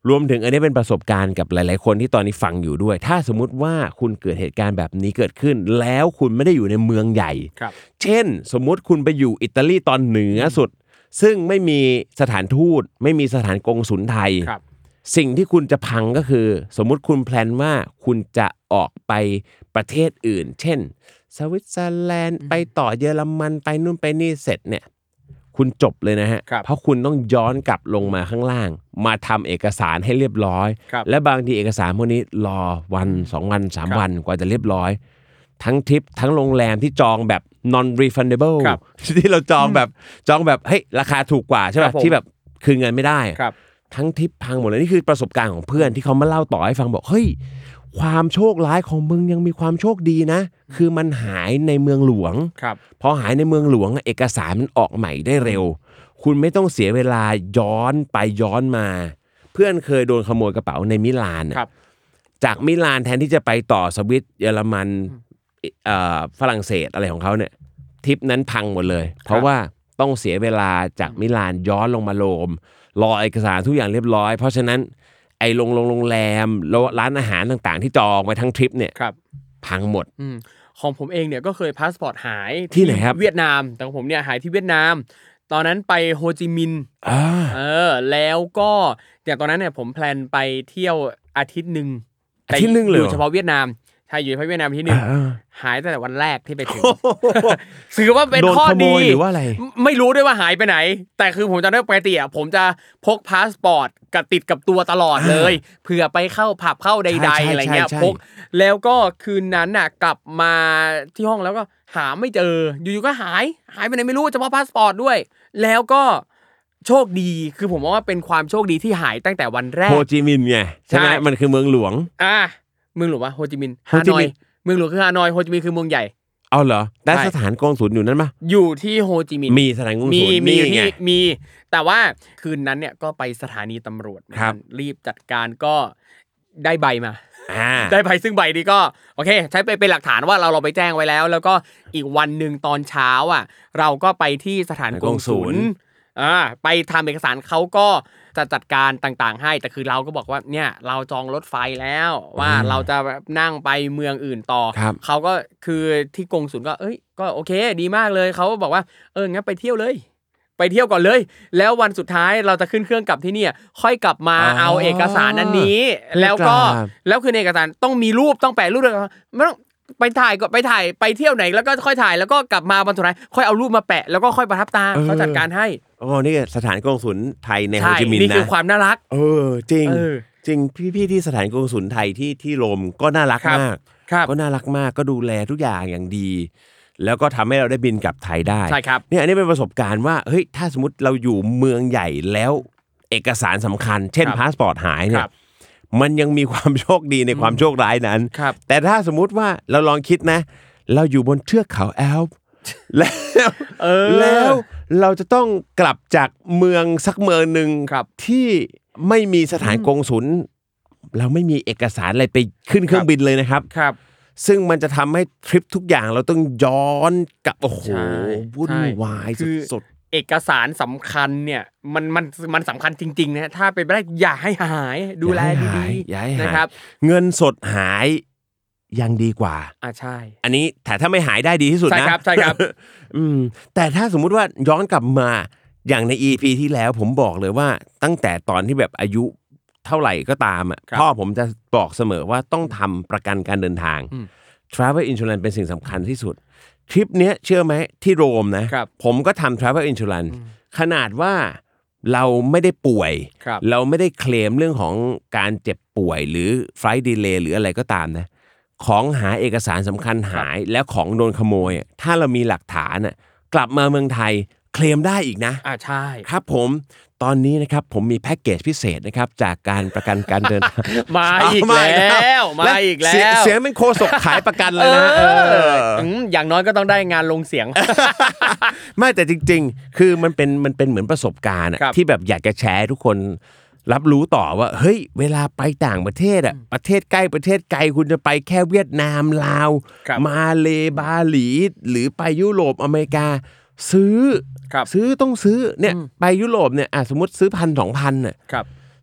รวมถึงอันนี้เป็นประสบการณ์กับหลายๆคนที่ตอนนี้ฟังอยู่ด้วยถ้าสมมุติว่าคุณเกิดเหตุการณ์แบบนี้เกิดขึ้นแล้วคุณไม่ได้อยู่ในเมืองใหญ่เช่นสมมุติคุณไปอยู่อิตาลีตอนเหนือสุดซึ่งไม่มีสถานทูตไม่มีสถานกงสุลไทยสิ่งที่คุณจะพังก็คือสมมุติคุณแพลนว่าคุณจะออกไปประเทศอื่นเช่นสวิตเซอร์แลนด์ไปต่อเยอรมันไปนู่นไปนี่เสร็จเนี่ยคุณจบเลยนะฮะเพราะคุณต้องย้อนกลับลงมาข้างล่างมาทำเอกสารให้เรียบร้อยและบางทีเอกสารพวกนี้รอวันสองวันสามวันกว่าจะเรียบร้อยทั้งทริปทั้งโรงแรมที่จองแบบ non refundable ที่เราจองแบบจองแบบเฮ้ยราคาถูกกว่าใช่ป่ะที่แบบคืนเงินไม่ได้ทั้งทริปพังหมดเลยนี่คือประสบการณ์ของเพื่อนที่เขามาเล่าต่อให้ฟังบอกเฮ้ยความโชคร้ายของมึงยังมีความโชคดีนะคือมันหายในเมืองหลวงพอหายในเมืองหลวงเอกสารมันออกใหม่ได้เร็วคุณไม่ต้องเสียเวลาย้อนไปย้อนมาเพื่อนเคยโดนขโมยกระเป๋าในมิลานจากมิลานแทนที่จะไปต่อสวิตเยอรมันฝรั่งเศสอะไรของเขาเนี่ยทริปนั้นพังหมดเลยเพราะว่าต้องเสียเวลาจากมิลานย้อนลงมาโรมรอเอกสารทุกอย่างเรียบร้อยเพราะฉะนั้นไอ้โรงโรงแรมร้านอาหารต่างๆที่จองไว้ทั้งทริปเนี่ยพังหมดของผมเองเนี่ยก็เคยพาสปอร์ตหายที่ไหนครับเวียดนามแต่ของผมเนี่ยหายที่เวียดนามตอนนั้นไปโฮจิมินห์เออแล้วก็อย่างตอนนั้นเนี่ยผมแพลนไปเที่ยวอาทิตย์นึงอาทิตย์นึงเลยอยู่เฉพาะเวียดนามใช่อยู่เฉพาะเวียดนามอาทิตย์นึงหายตั้งแต่วันแรกที่ไปถึงถือว่าเป็นข้อดีหรือว่าอะไรไม่รู้ด้วยว่าหายไปไหนแต่คือผมจำได้ปกติอ่ะผมจะพกพาสปอร์ตกับติดกับตัวตลอดเลยเผื่อไปเข้าผับเข้าใดๆอะไรเงี้ยพกแล้วก็คืนนั้นน่ะกลับมาที่ห้องแล้วก็หาไม่เจออยู่ๆก็หายหายไปไหนไม่รู้เฉพาะพาสปอร์ตด้วยแล้วก็โชคดีคือผมว่าเป็นความโชคดีที่หายตั้งแต่วันแรกโฮจิมินห์ไงใช่ไหมมันคือเมืองหลวงอ่าเมืองหลวงวะโฮจิมินห์ฮานอยเมืองหลวงคือฮานอยโฮจิมินห์คือเมืองใหญ่เอาเหรอได้สถานกงสุลอยู่นั้นปะอยู่ที่โฮจิมินห์มีสถานกงสุลมีที่มีแต่ว่าคืนนั้นเนี่ยก็ไปสถานีตำรวจรีบจัดการก็ได้ใบมาได้ใบซึ่งใบนี้ก็โอเคใช้ไปเป็นหลักฐานว่าเราเราไปแจ้งไว้แล้วแล้วก็อีกวันนึงตอนเช้าอ่ะเราก็ไปที่สถานกงสุลอ่าไปทำเอกสารเขาก็จะจัดการต่างๆให้แต่คือเราก็บอกว่าเนี่ยเราจองรถไฟแล้วว่าเราจะนั่งไปเมืองอื่นต่อเขาก็คือที่กงสุลก็เอ้ยก็โอเคดีมากเลยเขาก็บอกว่าเอองั้นไปเที่ยวเลยไปเที่ยวก่อนเลยแล้ววันสุดท้ายเราจะขึ้นเครื่องกลับที่นี่ค่อยกลับมาเอาเอกสารอันนี้แล้วก็แล้วคือเอกสารต้องมีรูปต้องแปะรูปด้วยไม่ต้องไปถ่ายก็ไปถ่ายไปเที่ยวไหนแล้วก็ค่อยถ่ายแล้วก็กลับมาวันสุดท้ายค่อยเอารูปมาแปะแล้วก็ค่อยประทับตาเขาจัดการให้อ๋อนี่สถานกงสุลไทยในโฮจิมินห์นะนี่คือความน่ารักเออจริงจริงพี่ๆที่สถานกงสุลไทยที่ที่โรมก็น่ารักมากก็น่ารักมากก็ดูแลทุกอย่างอย่างดีแล้วก็ทำให้เราได้บินกลับไทยได้ใช่ครับเนี่ยอันนี้เป็นประสบการณ์ว่าเฮ้ยถ้าสมมติเราอยู่เมืองใหญ่แล้วเอกสารสำคัญเช่นพาสปอร์ตหายเนี่ยมันยังมีความโชคดีในความโชคร้ายนั้นแต่ถ้าสมมุติว่าเราลองคิดนะเราอยู่บนเทือกเขาแอลป์แล้วแล้วเราจะต้องกลับจากเมืองสักเมืองนึงที่ไม่มีสถานกงสุลเราไม่มีเอกสารอะไรไปขึ้นเครื่องบินเลยนะครับซึ่งมันจะทำให้ทริปทุกอย่างเราต้องย้อนกลับโอ้โหวุ่นวายสุดๆเอกสารสำคัญเนี่ยมันมันมันสำคัญจริงๆนะถ้าเป็นไปได้อย่าให้หายดูแลดีๆนะครับเงินสดหายยังดีกว่าอ่าใช่อันนี้แต่ถ้าไม่หายได้ดีที่สุดนะใช่ครับใช่ครับอืมแต่ถ้าสมมุติว่าย้อนกลับมาอย่างใน อี พี ที่แล้วผมบอกเลยว่าตั้งแต่ตอนที่แบบอายุเท่าไหร่ก็ตามอ่ะพ่อผมจะบอกเสมอว่าต้องทำประกันการเดินทาง Travel Insurance เป็นสิ่งสำคัญที่สุดทริปเนี้ยเชื่อไหมที่โรมนะผมก็ทำ Travel Insurance ขนาดว่าเราไม่ได้ป่วยเราไม่ได้เคลมเรื่องของการเจ็บป่วยหรือ Flight Delay หรืออะไรก็ตามนะของหาเอกสารสำคัญหายแล้วของโดนขโมยถ้าเรามีหลักฐานน่ะกลับมาเมืองไทยเคลมได้อีกนะอ่าใช่ครับผมตอนนี้นะครับผมมีแพ็กเกจพิเศษนะครับจากการประกันการเดินทางมาอีกแล้วมาอีกแล้วเสียงเป็นโฆษกขายประกันเลยนะอย่างน้อยก็ต้องได้งานลงเสียงไม่แต่จริงๆคือมันเป็นมันเป็นเหมือนประสบการณ์ที่แบบอยากจะแชร์ทุกคนรับรู้ต่อว่าเฮ้ยเวลาไปต่างประเทศอ่ะประเทศใกล้ประเทศไกลคุณจะไปแค่เวียดนามลาวมาเลบาหลีหรือไปยุโรปอเมริกาซื้อซื้อต้องซื้อเนี่ยไปยุโรปเนี่ยอ่ะสมมติซื้อพันสองพันน่ะ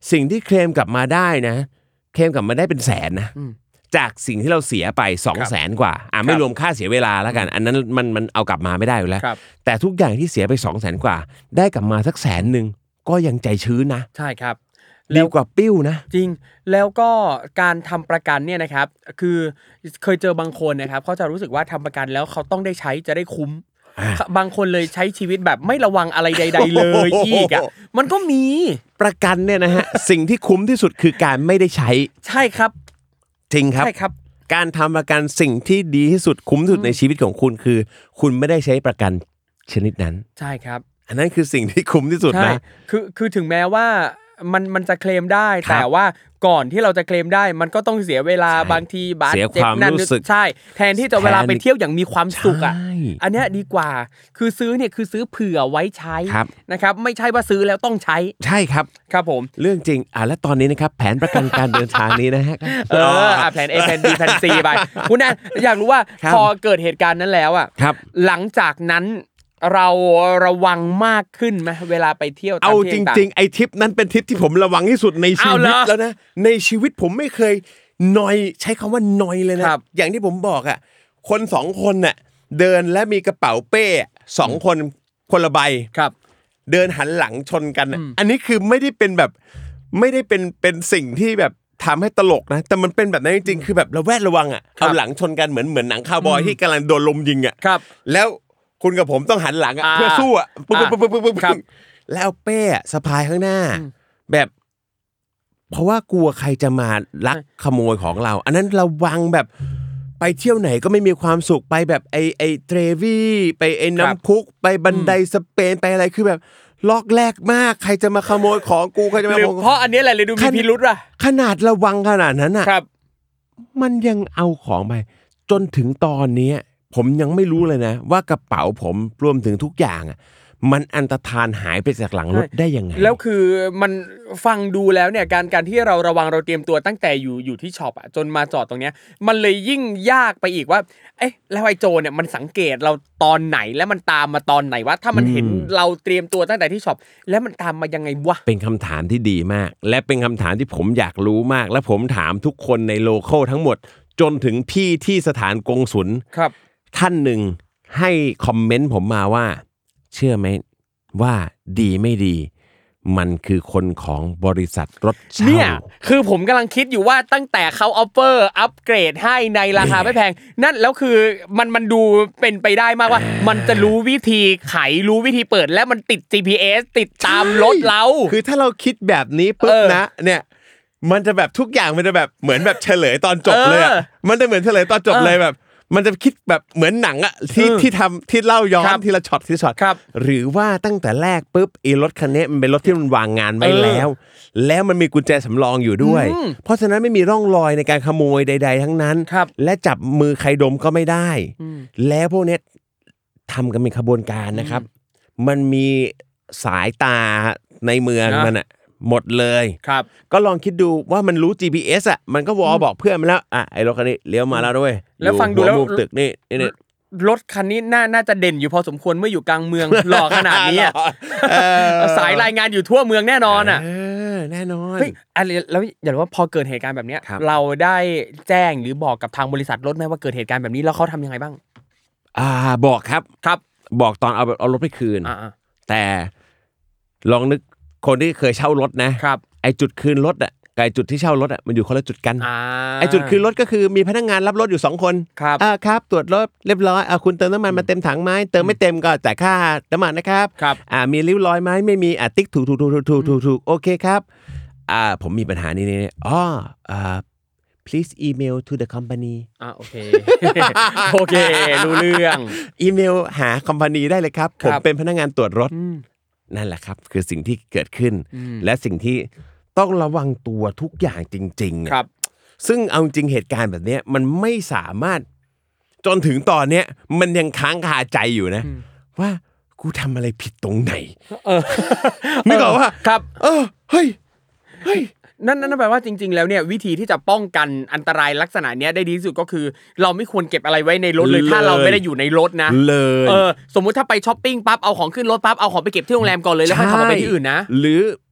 สิ่งที่เคลมกลับมาได้นะเคลมกลับมาได้เป็นแสนนะจากสิ่งที่เราเสียไป สองแสน กว่าอ่ะไม่รวมค่าเสียเวลาแล้วกันอันนั้นมันมันเอากลับมาไม่ได้อยู่แล้วแต่ทุกอย่างที่เสียไป สองแสน กว่าได้กลับมาสักแสนนึงก็ยังใจชื้นนะใช่ครับดีกว่าปิ้วนะจริงแล้วก็การทำประกันเนี่ยนะครับคือเคยเจอบางคนนะครับเขาจะรู้สึกว่าทำประกันแล้วเขาต้องได้ใช้จะได้คุ้มบางคนเลยใช้ชีวิตแบบไม่ระวังอะไรใดๆเลยอีกอ่ะมันก็มีประกันเนี่ยนะฮะ สิ่งที่คุ้มที่สุดคือการไม่ได้ใช้ใช่ครับจริงครับใช่ครับการทำประกันสิ่งที่ดีที่สุดคุ้มที่สุดในชีวิตของคุณคือคุณไม่ได้ใช้ประกันชนิดนั้นใช่ครับอันนั้นคือสิ่งที่คุ้มที่สุดนะคือคือถึงแม้ว่ามันมันจะเคลมได้แต่ว่าก่อนที่เราจะเคลมได้มันก็ต้องเสียเวลาบางทีบาดเจ็บนั่นใช่แทนที่จะเวลาไปเที่ยวอย่างมีความสุขอ่ะอันเนี้ยดีกว่าคือซื้อเนี่ยคือซื้อเผื่อไว้ใช้นะครับไม่ใช่ว่าซื้อแล้วต้องใช้ใช่ครับครับผมเรื่องจริงอ่ะแล้วตอนนี้นะครับแผนประกันการเดินทางนี้นะฮะเอออ่ะแผน A แผน B แผน C ไปคุณแอนอยากรู้ว่าพอเกิดเหตุการณ์นั้นแล้วอ่ะหลังจากนั้นเราระวังมากขึ้นไหมเวลาไปเที่ยวเอาจริงๆไอ้ทริปนั้นเป็นทริปที่ผมระวังที่สุดในชีวิตแล้วนะในชีวิตผมไม่เคยนอยใช้คำว่านอยเลยนะอย่างที่ผมบอกอ่ะคนสองคนน่ะเดินและมีกระเป๋าเป้สองคนคนละใบเดินหันหลังชนกันอันนี้คือไม่ได้เป็นแบบไม่ได้เป็นเป็นสิ่งที่แบบทำให้ตลกนะแต่มันเป็นแบบนั้นจริงๆคือแบบระแวดระวังอ่ะเอาหลังชนกันเหมือนเหมือนหนังคาวบอยที่กำลังโดนลมยิงอ่ะแล้วคุณกับผมต้องหันหลังอ่ะเพื่อสู้อ่ะปึ๊บปึ๊บปึ๊บปึ๊บปึ๊บแล้วเป้สะพายข้างหน้าแบบเพราะว่ากลัวใครจะมาลักขโมยของเราอันนั้นระวังแบบไปเที่ยวไหนก็ไม่มีความสุขไปแบบไอไอเทรวี่ไปไอน้ำพุไปบันไดสเปนไปอะไรคือแบบล็อกแรกมากใครจะมาขโมยของกูใครจะมาเพราะอันนี้แหละเลยดูมีพิรุธอ่ะขนาดระวังขนาดนั้นอ่ะมันยังเอาของไปจนถึงตอนนี้ผมยังไม่รู้เลยนะว่ากระเป๋าผมรวมถึงทุกอย่างอ่ะมันอันตรธานหายไปจากหลังรถได้ยังไงแล้วคือมันฟังดูแล้วเนี่ยการการที่เราระวังเราเตรียมตัวตั้งแต่อยู่อยู่ที่ช็อปอ่ะจนมาจอดตรงเนี้ยมันเลยยิ่งยากไปอีกว่าเอ๊ะแล้วไอ้โจรเนี่ยมันสังเกตเราตอนไหนแล้วมันตามมาตอนไหนวะถ้ามันเห็นเราเตรียมตัวตั้งแต่ที่ช็อปแล้วมันตามมายังไงวะเป็นคำถามที่ดีมากและเป็นคำถามที่ผมอยากรู้มากและผมถามทุกคนในโลคอลทั้งหมดจนถึงพี่ที่สถานกงสุลครับท่านหนึ่งให้คอมเมนต์ผมมาว่าเชื่อไหมว่าดีไม่ดีมันคือคนของบริษัทรถเช่าเนี่ยคือผมกำลังคิดอยู่ว่าตั้งแต่เขาออฟเฟอร์อัปเกรดให้ในราคาไม่แพงนั่นแล้วคือมันมันดูเป็นไปได้มากว่ามันจะรู้วิธีไขรู้วิธีเปิดและมันติด จี พี เอส ติดตามรถเราคือถ้าเราคิดแบบนี้ปุ๊บนะเนี่ยมันจะแบบทุกอย่างมันจะแบบเหมือนแบบเฉลยตอนจบเลยอ่ะมันจะเหมือนเฉลยตอนจบเลยแบบมันจะคิดแบบเหมือนหนังอะที่ที่ทำที่เล่าย้อนทีละช็อตทีละช็อตหรือว่าตั้งแต่แรกปุ๊บไอ้รถคันนี้มันเป็นรถที่มันวางงานไว้แล้วแล้วมันมีกุญแจสำรองอยู่ด้วยเพราะฉะนั้นไม่มีร่องรอยในการขโมยใดๆทั้งนั้นและจับมือใครดมก็ไม่ได้แล้วพวกนี้ทำกันเป็นขบวนการนะครับมันมีสายตาในเมืองมันอะหมดเลยครับก็ลองคิดดูว่ามันรู้ จี พี เอส อ่ะมันก็วอลบอกเพื่อนมันแล้วอ่ะไอ้รถคันนี้เลี้ยวมาแล้วด้วยแล้วฟังดูแล้วตึกนี่นี่รถคันนี้น่าน่าจะเด่นอยู่พอสมควรเมื่ออยู่กลางเมืองหล่อขนาดนี้สายรายงานอยู่ทั่วเมืองแน่นอนอ่ะเออแน่นอนเฮ้ยอะไรแล้วอย่างว่าพอเกิดเหตุการณ์แบบนี้เราได้แจ้งหรือบอกกับทางบริษัทรถไหมว่าเกิดเหตุการณ์แบบนี้แล้วเขาทำยังไงบ้างอ่าบอกครับครับบอกตอนเอาเอารถไปคืนแต่ลองนึกคนที่เคยเช่ารถนะครับไอ้จุดคืนรถอ่ะกับจุดที่เช่ารถอ่ะมันอยู่คนละจุดกันไอ้จุดคืนรถก็คือมีพนักงานรับรถอยู่สองคนอ่าครับตรวจรถเรียบร้อยอ่าคุณเติมน้ำมันมาเต็มถังไหมเติมไม่เต็มก็จ่ายค่าน้ำมันนะครับอ่ามีริ้วรอยไหมไม่มีอ่าติ๊กถูกถูกถูกถูกถูกถูกโอเคครับอ่าผมมีปัญหานี้นี่อ๋ออ่า please email to the company อ่าโอเคโอเครู้เรื่องอีเมลหาคอมพานีได้เลยครับผมเป็นพนักงานตรวจรถนั่นแหละครับคือสิ่งที่เกิดขึ้นและสิ่งที่ต้องระวังตัวทุกอย่างจริงๆครับซึ่งเอาจริงเหตุการณ์แบบนี้มันไม่สามารถจนถึงตอนเนี้ยมันยังค้างคาใจอยู่นะว่ากูทำอะไรผิดตรงไหนเออนึกออกว่าครับเออเฮ้ยเฮ้ยนั่นนั่นแปลว่าจริงๆแล้วเนี่ยวิธีที่จะป้องกันอันตรายลักษณะเนี้ยได้ดีที่สุดก็คือเราไม่ควรเก็บอะไรไว้ในรถเลยถ้าเราไม่ได้อยู่ในรถนะเลยเออสมมุติถ้าไปช้อปปิ้งปั๊บเอาของขึ้นรถปั๊บเอาของไปเก็บที่โรงแรมก่อนเลยแล้วค่อยขับไปที่อื่นนะหรือ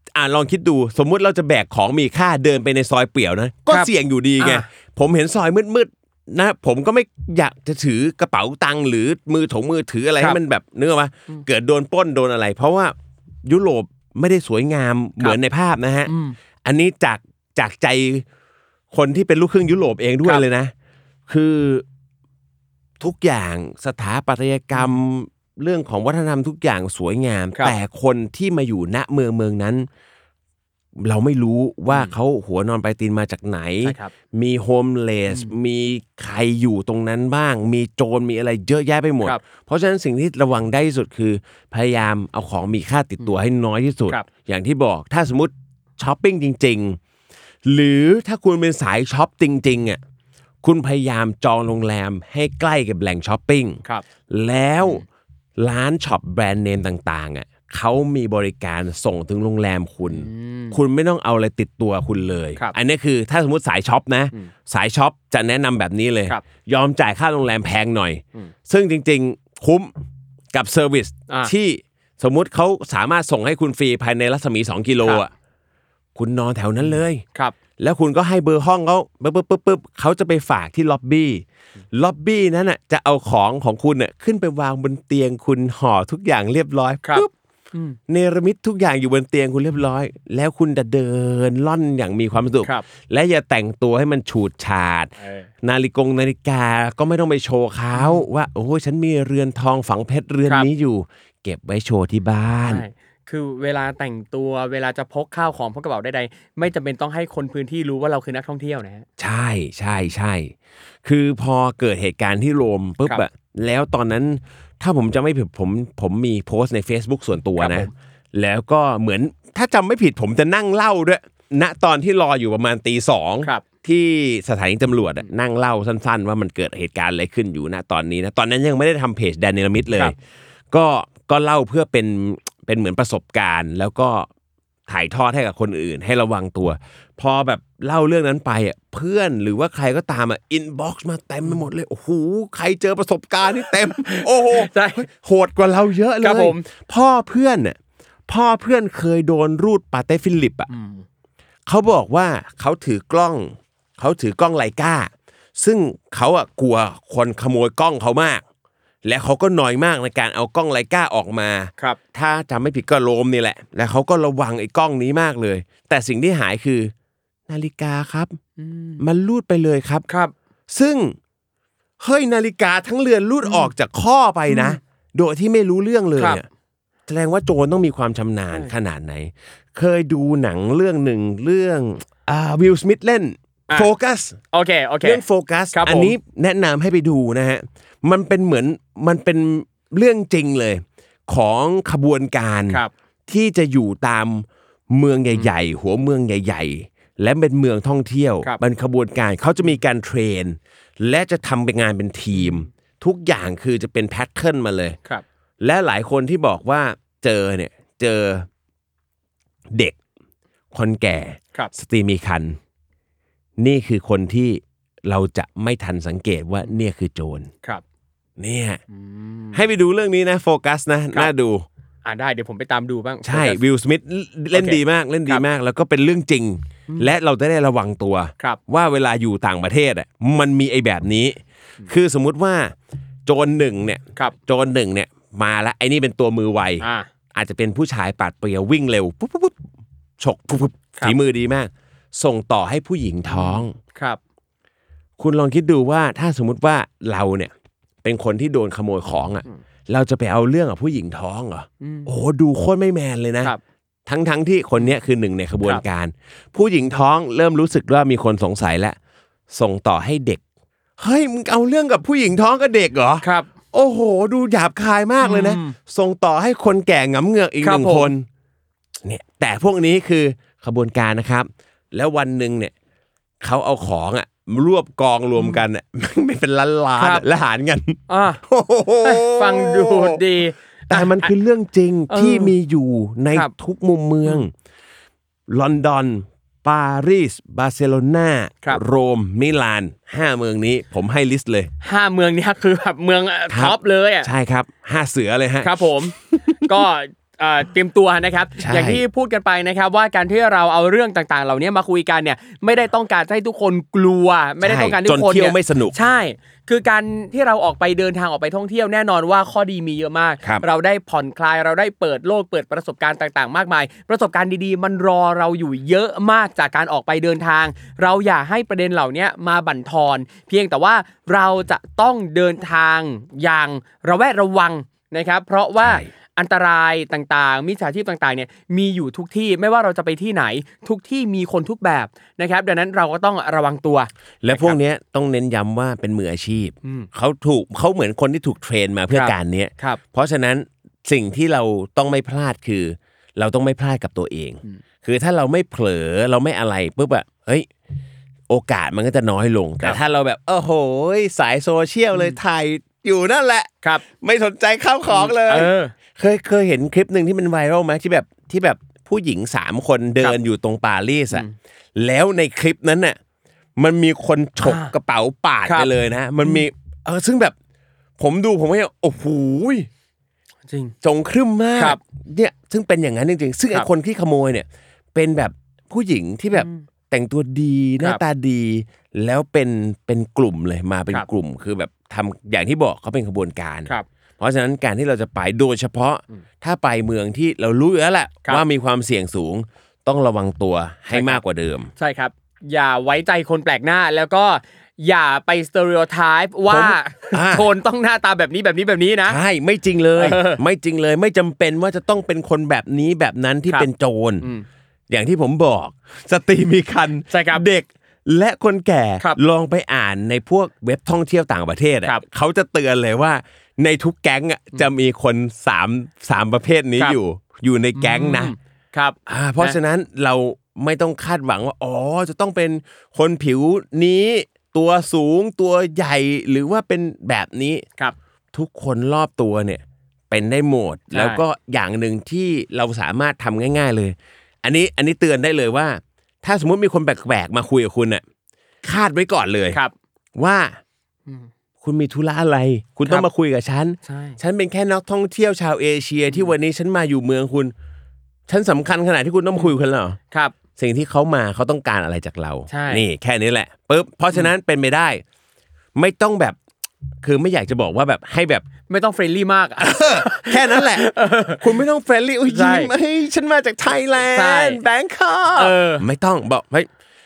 อ่าลองคิดดูสมมุติเราจะแบกของมีค่าเดินไปในซอยเปี่ยวนะก็เสี่ยงอยู่ดีไงผมเห็นซอยมืดๆนะผมก็ไม่อยากจะถือกระเป๋าตังค์หรือมือถงมือถืออะไรให้มันแบบเนื้อมาเกิดโดนปล้นโดนอะไรเพราะว่ายุโรปไม่ได้สวยงามเหมือนในภาพนะฮะอันนี้จากจากใจคนที่เป็นลูกครึ่งยุโรปเองด้วยเลยนะคือทุกอย่างสถาปัตยกรรมเรื่องของวัฒนธรรมทุกอย่างสวยงามแต่คนที่มาอยู่ณเมืองเมืองนั้นเราไม่รู้ว่าเขาหัวนอนปลายตีนมาจากไหนมีโฮมเลสมีใครอยู่ตรงนั้นบ้างมีโจรมีอะไรเยอะแยะไปหมดเพราะฉะนั้นสิ่งที่ระวังได้ที่สุดคือพยายามเอาของมีค่าติดตัวให้น้อยที่สุดอย่างที่บอกถ้าสมมติช้อปปิ้งจริงๆหรือถ้าคุณเป็นสายช็อปจริงๆอ่ะคุณพยายามจองโรงแรมให้ใกล้กับแหล่งช้อปปิ้งแล้วร้านช็อปแบรนด์เนมต่างๆอ่ะเขามีบริการส่งถึงโรงแรมคุณคุณไม่ต้องเอาอะไรติดตัวคุณเลยอันนี้คือถ้าสมมติสายช็อปนะสายช็อปจะแนะนำแบบนี้เลยยอมจ่ายค่าโรงแรมแพงหน่อยซึ่งจริงๆคุ้มกับเซอร์วิสที่สมมุติเขาสามารถส่งให้คุณฟรีภายในรัศมีสองกิโลอ่ะคุณนอนแถวนั้นเลยแล้วคุณก็ให้เบอร์ห้องเขาปึ๊บปึ๊บปึ๊บปึ๊บเขาจะไปฝากที่ล็อบบี้ล็อบบี้นั้นน่ะจะเอาของของคุณน่ะขึ้นไปวางบนเตียงคุณห่อทุกอย่างเรียบร้อยปึ๊บเนรมิตทุกอย่างอยู่บนเตียงคุณเรียบร้อยแล้วคุณจะเดินล่อนอย่างมีความสุขและอย่าแต่งตัวให้มันฉูดฉาดนาฬิกงนาฬิกาก็ไม่ต้องไปโชว์เขาว่าโอ้ยฉันมีเรือนทองฝังเพชรเรือนนี้อยู่เก็บไว้โชว์ที่บ้านคือเวลาแต่งตัวเวลาจะพกข้าวของพกกระเป๋าใดๆไม่จำเป็นต้องให้คนพื้นที่รู้ว่าเราคือนักท่องเที่ยวนะฮะใช่ใช่ใช่คือพอเกิดเหตุการณ์ที่โรมปุ๊บอะแล้วตอนนั้นถ้าผมจะไม่ผิดผมผมมีโพสต์ใน Facebook ส่วนตัวนะแล้วก็เหมือนถ้าจำไม่ผิดผมจะนั่งเล่าด้วยณตอนที่รออยู่ประมาณตีสองที่สถานีตำรวจนั่งเล่าสั้นๆว่ามันเกิดเหตุการณ์อะไรขึ้นอยู่ณตอนนี้นะตอนนั้นยังไม่ได้ทำเพจแดนเนลมิดเลยก็ก็เล่าเพื่อเป็นเป็นเหมือนประสบการณ์แล้วก็ถ่ายทอดให้กับคนอื่นให้ระวังตัวพอแบบเล่าเรื่องนั้นไปอ่ะเพื่อนหรือว่าใครก็ตามอ่ะอินบ็อกซ์มาเต็มไปหมดเลยโอ้โหใครเจอประสบการณ์นี่เต็มโอ้โหโหดกว่าเราเยอะเลยพ่อเพื่อนน่ะพ่อเพื่อนเคยโดนรูดปาเต้ฟิลิปอ่ะเขาบอกว่าเขาถือกล้องเขาถือกล้องไลกาซึ่งเขาอ่ะกลัวคนขโมยกล้องเขามากและเขาก็น้อยมากในการเอากล้องไลกาออกมาถ้าจำไม่ผิดก็โรมนี่แหละและเขาก็ระวังไอ้กล้องนี้มากเลยแต่สิ่งที่หายคือนาฬิกาครับมันลูดไปเลยครับครับซึ่งเฮ้ยนาฬิกาทั้งเรือนลูดออกจากข้อไปนะโดยที่ไม่รู้เรื่องเลยเนี่ยแสดงว่าโจรต้องมีความชำนาญขนาดไหนเคยดูหนังเรื่องหนึ่งเรื่องอ่าวิลสมิธเล่นโฟกัสโอเคโอเคเรื่องโฟกัสอันนี้แนะนำให้ไปดูนะฮะมันเป็นเหมือนมันเป็นเรื่องจริงเลยของขบวนการที่จะอยู่ตามเมืองใหญ่ๆหัวเมืองใหญ่ๆและเป็นเมืองท่องเที่ยวเป็นขบวนการเขาจะมีการเทรนและจะทำเป็นงานเป็นทีมทุกอย่างคือจะเป็นแพทเทิร์นมาเลยและหลายคนที่บอกว่าเจอเนี่ยเจอเด็กคนแก่สตรีมีครรภ์นี่คือคนที่เราจะไม่ทันสังเกตว่าเนี่ยคือโจรครับเนี่ยให้ไปดูเรื่องนี้นะโฟกัสนะน่าดูอ่าได้เดี๋ยวผมไปตามดูบ้างใช่วิลสมิธเล่นดีมากเล่นดีมากแล้วก็เป็นเรื่องจริงและเราจะได้ระวังตัวว่าเวลาอยู่ต่างประเทศอ่ะมันมีไอ้แบบนี้คือสมมุติว่าโจรหนึ่งเนี่ยโจรหนึ่งเนี่ยมาแล้วไอ้นี่เป็นตัวมือไวอาจจะเป็นผู้ชายปาดเปรียววิ่งเร็วปุ๊บปุ๊บฉกปุ๊บปุ๊บฝีมือดีมากส่งต่อให้ผู้หญิงท้องครับคุณลองคิดดูว่าถ้าสมมุติว่าเราเนี่ยเป็นคนที่โดนขโมยของอ่ะเราจะไปเอาเรื่องกับผู้หญิงท้องเหรอโอ้ดูโคตรไม่แมนเลยนะทั้งทั้งที่คนนี้คือหนึ่งในขบวนการผู้หญิงท้องเริ่มรู้สึกว่ามีคนสงสัยแล้วส่งต่อให้เด็กเฮ้ยมึงเอาเรื่องกับผู้หญิงท้องกับเด็กเหรอครับโอ้โหดูหยาบคายมากเลยนะส่งต่อให้คนแก่งำเงือกอีกหนึ่งคนเนี่ยแต่พวกนี้คือขบวนการนะครับแล้ววันนึงเนี่ยเขาเอาของอ่ะรวบกองรวมกันอ่ะไม่เป็นล้านๆและหารกันอ่ะฟังดูดีแต่มันคือเรื่องจริงที่มีอยู่ในทุกมุมเมืองลอนดอนปารีสบาร์เซโลนาโรมมิลานห้าเมืองนี้ผมให้ลิสต์เลยห้าเมืองนี้คือแบบเมืองท็อปเลยอ่ะใช่ครับห้าเสือเลยฮะครับผมก็เอ่อเตรียมตัวนะครับอย่างที่พูดกันไปนะครับว่าการที่เราเอาเรื่องต่างๆเหล่านี้มาคุยกันเนี่ยไม่ได้ต้องการให้ทุกคนกลัวไม่ได้ต้องการให้ทุกคนจนเที่ยวไม่สนุกใช่คือการที่เราออกไปเดินทางออกไปท่องเที่ยวแน่นอนว่าข้อดีมีเยอะมากเราได้ผ่อนคลายเราได้เปิดโลกเปิดประสบการณ์ต่างๆมากมายประสบการณ์ดีๆมันรอเราอยู่เยอะมากจากการออกไปเดินทางเราอย่าให้ประเด็นเหล่านี้มาบั่นทอนเพียงแต่ว่าเราจะต้องเดินทางอย่างระแวดระวังนะครับเพราะว่าอันตรายต่างๆมิจฉาชีพต่างๆเนี่ยมีอยู่ทุกที่ไม่ว่าเราจะไปที่ไหนทุกที่มีคนทุกแบบนะครับดังนั้นเราก็ต้องระวังตัวและพวกนี้ต้องเน้นย้ำว่าเป็นมืออาชีพเขาถูกเขาเหมือนคนที่ถูกเทรนมาเพื่อการนี้เพราะฉะนั้นสิ่งที่เราต้องไม่พลาดคือเราต้องไม่พลาดกับตัวเองคือถ้าเราไม่เผลอเราไม่อะไรปุ๊บอะเฮ้ยโอกาสมันก็จะน้อยลงแต่ถ้าเราแบบโอ้โหสายโซเชียลเลยถ่ายอยู่นั่นแหละครับไม่สนใจข้าวของเลยเคยเคยเห็นคลิปหนึ่งที่มันไวรัลไหมที่แบบที่แบบผู้หญิงสามคนเดินอยู่ตรงปารีสอ่ะแล้วในคลิปนั้นน่ะมันมีคนฉกกระเป๋าปาดไปเลยนะมันมีเออซึ่งแบบผมดูผมว่าโอ้โหจริงจงครึ่มมากเนี่ยซึ่งเป็นอย่างนั้นจริงๆซึ่งไอ้คนที่ขโมยเนี่ยเป็นแบบผู้หญิงที่แบบแต่งตัวดีหน้าตาดีแล้วเป็นเป็นกลุ่มเลยมาเป็นกลุ่มคือแบบทำอย่างที่บอกเขาเป็นขบวนการเพราะฉะนั้นการที่เราจะไปโดยเฉพาะถ้าไปเมืองที่เรารู้อยู่แล้วแหละว่ามีความเสี่ยงสูงต้องระวังตัวให้มากกว่าเดิมใช่ครับอย่าไว้ใจคนแปลกหน้าแล้วก็อย่าไปสเตอริโอไทป์ว่าโทนต้องหน้าตาแบบนี้แบบนี้แบบนี้นะใช่ไม่จริงเลยไม่จริงเลยไม่จำเป็นว่าจะต้องเป็นคนแบบนี้แบบนั้นที่เป็นโจรอย่างที่ผมบอกสตรีมีครรภ์เด็กและคนแก่ลองไปอ่านในพวกเว็บท่องเที่ยวต่างประเทศเขาจะเตือนเลยว่าในทุกแก๊งจะมีคนสาม สามประเภทนี้อยู่อยู่ในแก๊งนะครับเพราะฉะนั้นเราไม่ต้องคาดหวังว่าอ๋อจะต้องเป็นคนผิวนี้ตัวสูงตัวใหญ่หรือว่าเป็นแบบนี้ทุกคนรอบตัวเนี่ยเป็นได้หมดแล้วก็อย่างหนึ่งที่เราสามารถทำง่ายๆเลยอันนี้อันนี้เตือนได้เลยว่าถ้าสมมติมีคนแปลกๆมาคุยกับคุณน่ะคาดไว้ก่อนเลยว่าคุณมีธุระอะไรคุณต้องมาคุยกับฉันฉันเป็นแค่นักท่องเที่ยวชาวเอเชียที่วันนี้ฉันมาอยู่เมืองคุณฉันสำคัญขนาดที่คุณต้องมาคุยกันเหรอครับสิ่งที่เขามาเขาต้องการอะไรจากเรานี่แค่นี้แหละปึ๊บเพราะฉะนั้นเป็นไม่ได้ไม่ต้องแบบคือไม่อยากจะบอกว่าแบบให้แบบไม่ต้องเฟรนลี่มากแค่นั้นแหละคุณไม่ต้องเฟรนลี่อุ้ยยิ้มเฮ้ยฉันมาจากไทยแลนด์แบงคอกไม่ต้องบอกเฮ้ย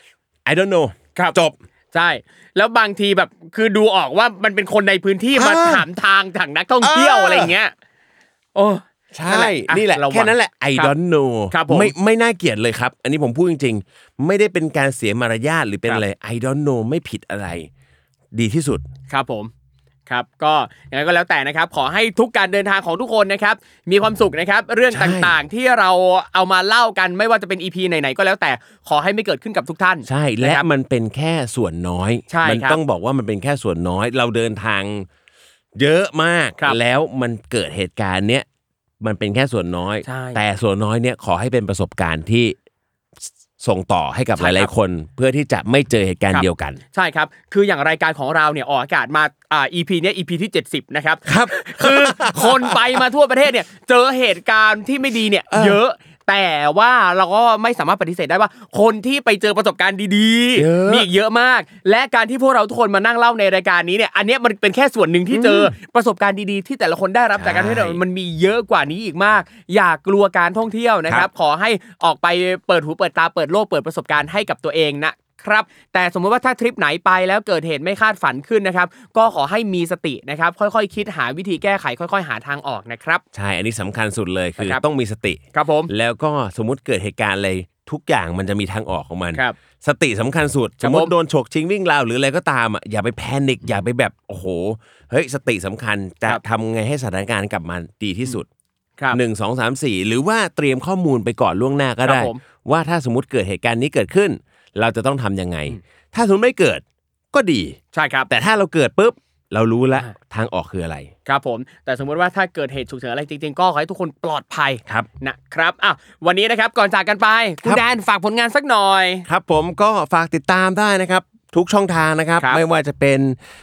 I don't know จบใช่แล้วบางทีแบบคือดูออกว่ามันเป็นคนในพื้นที่มาถามทางทางนักท่องเที่ยวอะไรอย่างเงี้ยโอ้ใช่นี่แหละแค่นั้นแหละ I don't know ไม่ไม่น่าเกลียดเลยครับอันนี้ผมพูดจริงๆไม่ได้เป็นการเสียมารยาทหรือเป็นอะไร I don't know ไม่ผิดอะไรดีที่สุดครับผมครับก็อย่างไรก็แล้วแต่นะครับขอให้ทุกการเดินทางของทุกคนนะครับมีความสุขนะครับเรื่องต่างๆที่เราเอามาเล่ากันไม่ว่าจะเป็น อี พี ไหนๆก็แล้วแต่ขอให้ไม่เกิดขึ้นกับทุกท่านใช่และมันเป็นแค่ส่วนน้อยมันต้องบอกว่ามันเป็นแค่ส่วนน้อยเราเดินทางเยอะมากแล้วมันเกิดเหตุการณ์เนี้ยมันเป็นแค่ส่วนน้อยแต่ส่วนน้อยเนี้ยขอให้เป็นประสบการณ์ที่ส่งต่อให้กับหลายๆคนเพื่อที่จะไม่เจอเหตุการณ์เดียวกันใช่ครับคืออย่างรายการของเราเนี่ยออกอากาศมาอ่า อี พี เนี้ย อี พี ที่เจ็ดสิบนะครับครับคือคนไปมาทั่วประเทศเนี่ยเจอเหตุการณ์ที่ไม่ดีเนี่ยเยอะแต่ว่าเราก็ไม่สามารถปฏิเสธได้ว่าคนที่ไปเจอประสบการณ์ดีๆมีอีกเยอะมากและการที่พวกเราทุกคนมานั่งเล่าในรายการนี้เนี่ยอันนี้มันเป็นแค่ส่วนหนึ่งที่เจอประสบการณ์ดีๆที่แต่ละคนได้รับจากการท่องเที่ยวมันมีเยอะกว่านี้อีกมากอย่ากลัวการท่องเที่ยวนะครับขอให้ออกไปเปิดหูเปิดตาเปิดโลกเปิดประสบการณ์ให้กับตัวเองนะครับแต่สมมติว่าถ้าทริปไหนไปแล้วเกิดเหตุไม่คาดฝันขึ้นนะครับก็ขอให้มีสตินะครับค่อยๆคิดหาวิธีแก้ไขค่อยๆหาทางออกนะครับใช่อันนี้สำคัญสุดเลยคือต้องมีสติครับผมแล้วก็สมมุติเกิดเหตุการณ์อะไรทุกอย่างมันจะมีทางออกของมันสติสำคัญสุดสมมติโดนฉกชิงวิ่งราวหรืออะไรก็ตามอ่ะอย่าไปแพนิคอย่าไปแบบโอ้โหเฮ้ยสติสำคัญจะทำไงให้สถานการณ์กลับมาดีที่สุดหนึ่ง สอง สาม สี่หรือว่าเตรียมข้อมูลไปก่อนล่วงหน้าก็ได้ว่าถ้าสมมติเกิดเหตุการณ์นี้เกิดขึ้นเราจะต้องทำยังไงถ้าสมมติไม่เกิดก็ดีใช่ครับแต่ถ้าเราเกิดปุ๊บเรารู้แล้วทางออกคืออะไรครับผมแต่สมมติว่าถ้าเกิดเหตุฉุกเฉินอะไรจริงๆก็ขอให้ทุกคนปลอดภัยครับนะครับอ้าววันนี้นะครับก่อนจากกันไปคุณแดนฝากผลงานสักหน่อยครับผมก็ฝากติดตามได้นะครับทุกช่องทางนะครับไม่ว่าจะเป็น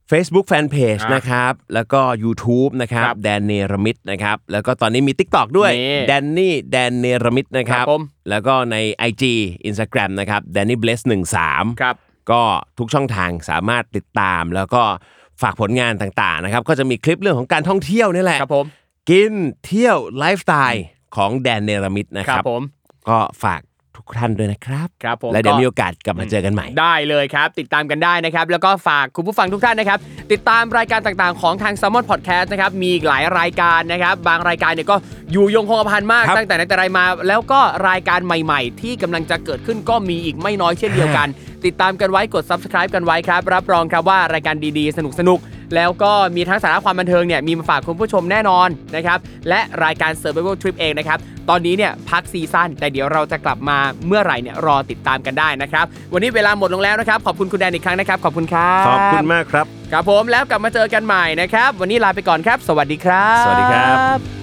Facebook Fanpage นะครับแล้วก็ YouTube นะครับแดนเนรมิตนะครับแล้วก็ตอนนี้มี TikTok ด้วยแดนนี่แดนเนรมิตนะครับแล้วก็ใน ไอ จี Instagram นะครับ danny bless หนึ่งสามครับก็ทุกช่องทางสามารถติดตามแล้วก็ฝากผลงานต่างๆนะครับก็จะมีคลิปเรื่องของการท่องเที่ยวนี่แหละครับผมกินเที่ยวไลฟ์สไตล์ของแดนเนรมิตนะครับผมก็ฝากทุกท่านด้วยนะครับครับผมและเดี๋ยวมีโอกาสกลับมาเจอกันใหม่ได้เลยครับติดตามกันได้นะครับแล้วก็ฝากคุณผู้ฟังทุกท่านนะครับติดตามรายการต่างๆของทาง Salmon Podcast นะครับมีอีกหลายรายการนะครับบางรายการเนี่ยก็อยู่ยงคงกระพันมากตั้งแต่ไหนแต่ไรมาแล้วก็รายการใหม่ๆที่กำลังจะเกิดขึ้นก็มีอีกไม่น้อยเช่นเดียวกันติดตามกันไว้กด Subscribe กันไว้ครับรับรองครับว่ารายการดีๆสนุกๆแล้วก็มีทั้งสาระความบันเทิงเนี่ยมีมาฝากคุณผู้ชมแน่นอนนะครับและรายการ Survival Trip เองนะครับตอนนี้เนี่ยพักซีซั่นแต่เดี๋ยวเราจะกลับมาเมื่อไหร่เนี่ยรอติดตามกันได้นะครับวันนี้เวลาหมดลงแล้วนะครับขอบคุณคุณแดนอีกครั้งนะครับขอบคุณครับขอบคุณมากครับครับผมแล้วกลับมาเจอกันใหม่นะครับวันนี้ลาไปก่อนครับสวัสดีครับสวัสดีครับ